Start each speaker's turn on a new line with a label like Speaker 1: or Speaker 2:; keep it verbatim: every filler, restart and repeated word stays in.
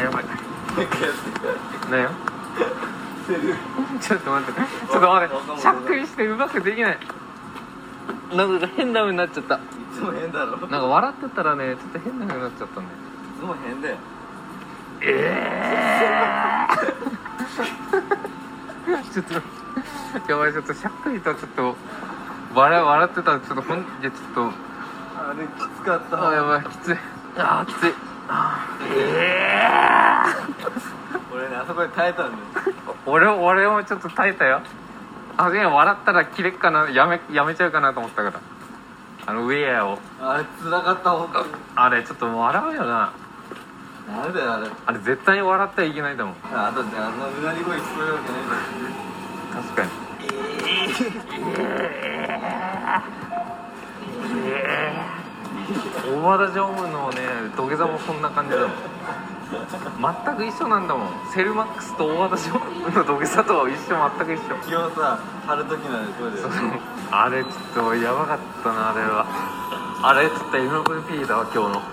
Speaker 1: やばい。なよ。ちょっと待って、ちょっと待って、しゃっくりしてうまくできない。なんか変な風になっちゃった。い
Speaker 2: つも変だろ。
Speaker 1: なんか笑ってたらね、ちょっと変な風になっちゃったんだよ。
Speaker 2: いつも変だよ。
Speaker 1: ええー、ちょっとやばい、ちょっとしゃっくりとちょっと笑笑ってたらちょっとほんいやちょっと
Speaker 2: あれきつかった。
Speaker 1: あやばい、きつい。あーきつい。あーえ
Speaker 2: ー俺ね、あそこで耐えたんだよ。
Speaker 1: 俺俺もちょっと耐えたよ。あれ笑ったら切れっかな、やめやめちゃうかなと思ったから、あのウェアを。
Speaker 2: あれ辛かった、本当に。
Speaker 1: あれちょっと笑うよな。
Speaker 2: なんであれ。
Speaker 1: あれ絶対に笑ってはいけないんだもん。
Speaker 2: あだってあんなうなり声聞こえるわけないんだよ。
Speaker 1: 確かに。大和田常務のね土下座もそんな感じだもん。全く一緒なんだもん。セルマックスと大和田常務の土下座と一緒、全く一緒。
Speaker 2: 気をさ張る時の声で。
Speaker 1: あれちょっとやばかったな。あれはあれちょっと エムブイピー だわ今日の。